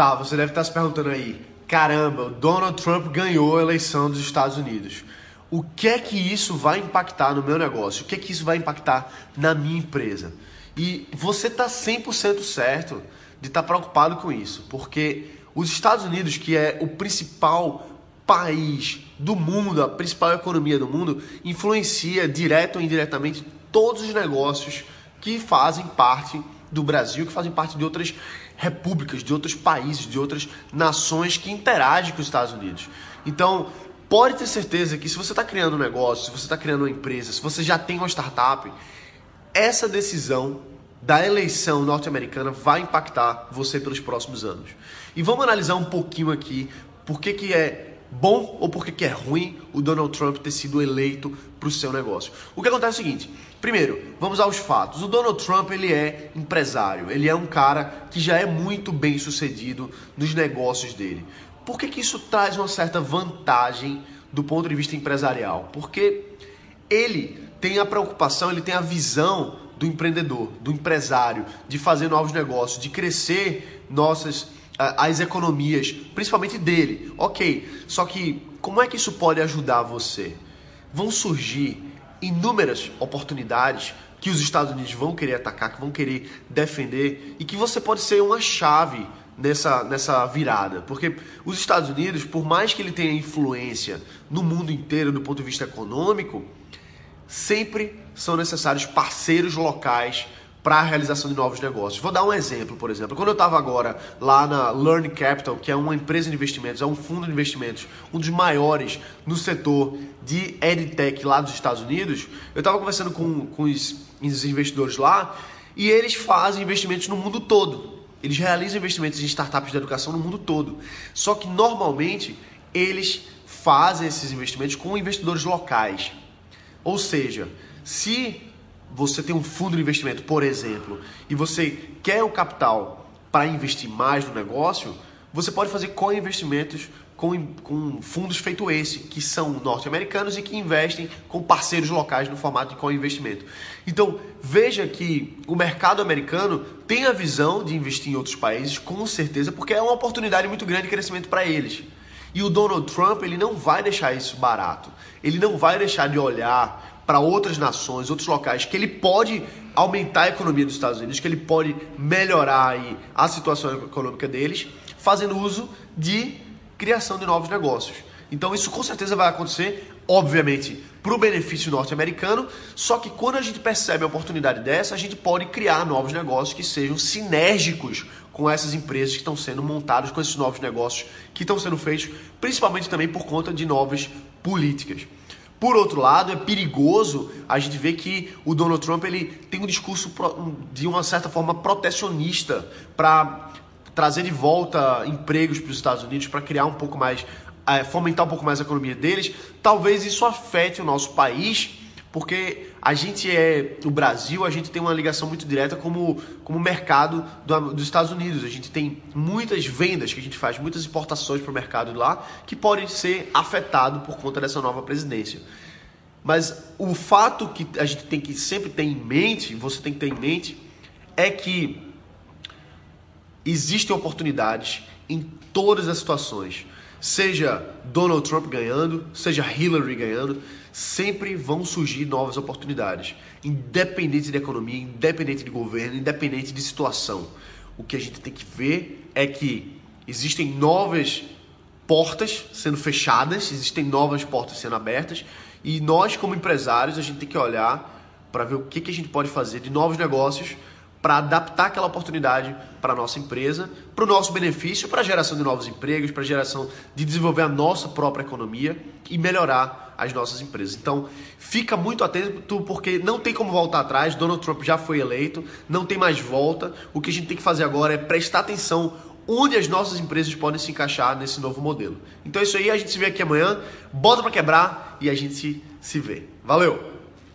Tá, você deve estar se perguntando aí, caramba, o Donald Trump ganhou a eleição dos Estados Unidos. O que é que isso vai impactar no meu negócio? O que é que isso vai impactar na minha empresa? E você está 100% certo de estar preocupado com isso, porque os Estados Unidos, que é o principal país do mundo, a principal economia do mundo, influencia direto ou indiretamente todos os negócios que fazem parte do Brasil, que fazem parte de outras repúblicas, de outros países, de outras nações que interagem com os Estados Unidos. Então, pode ter certeza que se você está criando um negócio, se você está criando uma empresa, se você já tem uma startup, essa decisão da eleição norte-americana vai impactar você pelos próximos anos. E vamos analisar um pouquinho aqui por que é bom ou por que é ruim o Donald Trump ter sido eleito para o seu negócio. O que acontece é o seguinte, primeiro, vamos aos fatos. O Donald Trump, ele é empresário, ele é um cara que já é muito bem sucedido nos negócios dele. Por que isso traz uma certa vantagem do ponto de vista empresarial? Porque ele tem a preocupação, ele tem a visão do empreendedor, do empresário, de fazer novos negócios, de crescer as economias, principalmente dele. Ok, só que como é que isso pode ajudar você? Vão surgir inúmeras oportunidades que os Estados Unidos vão querer atacar, que vão querer defender e que você pode ser uma chave nessa virada. Porque os Estados Unidos, por mais que ele tenha influência no mundo inteiro do ponto de vista econômico, sempre são necessários parceiros locais para a realização de novos negócios. Vou dar um exemplo, por exemplo. Quando eu estava agora lá na Learn Capital, que é uma empresa de investimentos, é um fundo de investimentos, um dos maiores no setor de EdTech lá dos Estados Unidos, eu estava conversando com os investidores lá e eles fazem investimentos no mundo todo. Eles realizam investimentos em startups de educação no mundo todo. Só que normalmente eles fazem esses investimentos com investidores locais. Ou seja, se você tem um fundo de investimento, por exemplo, e você quer o capital para investir mais no negócio, você pode fazer co-investimentos com fundos feito esse, que são norte-americanos e que investem com parceiros locais no formato de co-investimento. Então, veja que o mercado americano tem a visão de investir em outros países, com certeza, porque é uma oportunidade muito grande de crescimento para eles. E o Donald Trump, ele não vai deixar isso barato. Ele não vai deixar de olhar para outras nações, outros locais, que ele pode aumentar a economia dos Estados Unidos, que ele pode melhorar aí a situação econômica deles, fazendo uso de criação de novos negócios. Então isso com certeza vai acontecer, obviamente, para o benefício norte-americano, só que quando a gente percebe a oportunidade dessa, a gente pode criar novos negócios que sejam sinérgicos com essas empresas que estão sendo montadas, com esses novos negócios que estão sendo feitos, principalmente também por conta de novas políticas. Por outro lado, é perigoso a gente ver que o Donald Trump ele tem um discurso de uma certa forma protecionista para trazer de volta empregos para os Estados Unidos, para criar um pouco mais, fomentar um pouco mais a economia deles. Talvez isso afete o nosso país, porque o Brasil, a gente tem uma ligação muito direta como mercado dos Estados Unidos. A gente tem muitas vendas que a gente faz, muitas importações para o mercado de lá, que podem ser afetado por conta dessa nova presidência. Mas o fato que a gente tem que sempre ter em mente, você tem que ter em mente, é que existem oportunidades em todas as situações. Seja Donald Trump ganhando, seja Hillary ganhando, sempre vão surgir novas oportunidades. Independente de economia, independente de governo, independente de situação. O que a gente tem que ver é que existem novas portas sendo fechadas, existem novas portas sendo abertas, e nós, como empresários, a gente tem que olhar para ver o que a gente pode fazer de novos negócios para adaptar aquela oportunidade para a nossa empresa, para o nosso benefício, para a geração de novos empregos, para a geração de desenvolver a nossa própria economia e melhorar as nossas empresas. Então, fica muito atento, porque não tem como voltar atrás. Donald Trump já foi eleito, não tem mais volta. O que a gente tem que fazer agora é prestar atenção onde as nossas empresas podem se encaixar nesse novo modelo. Então é isso aí, a gente se vê aqui amanhã, bota para quebrar e a gente se vê. Valeu!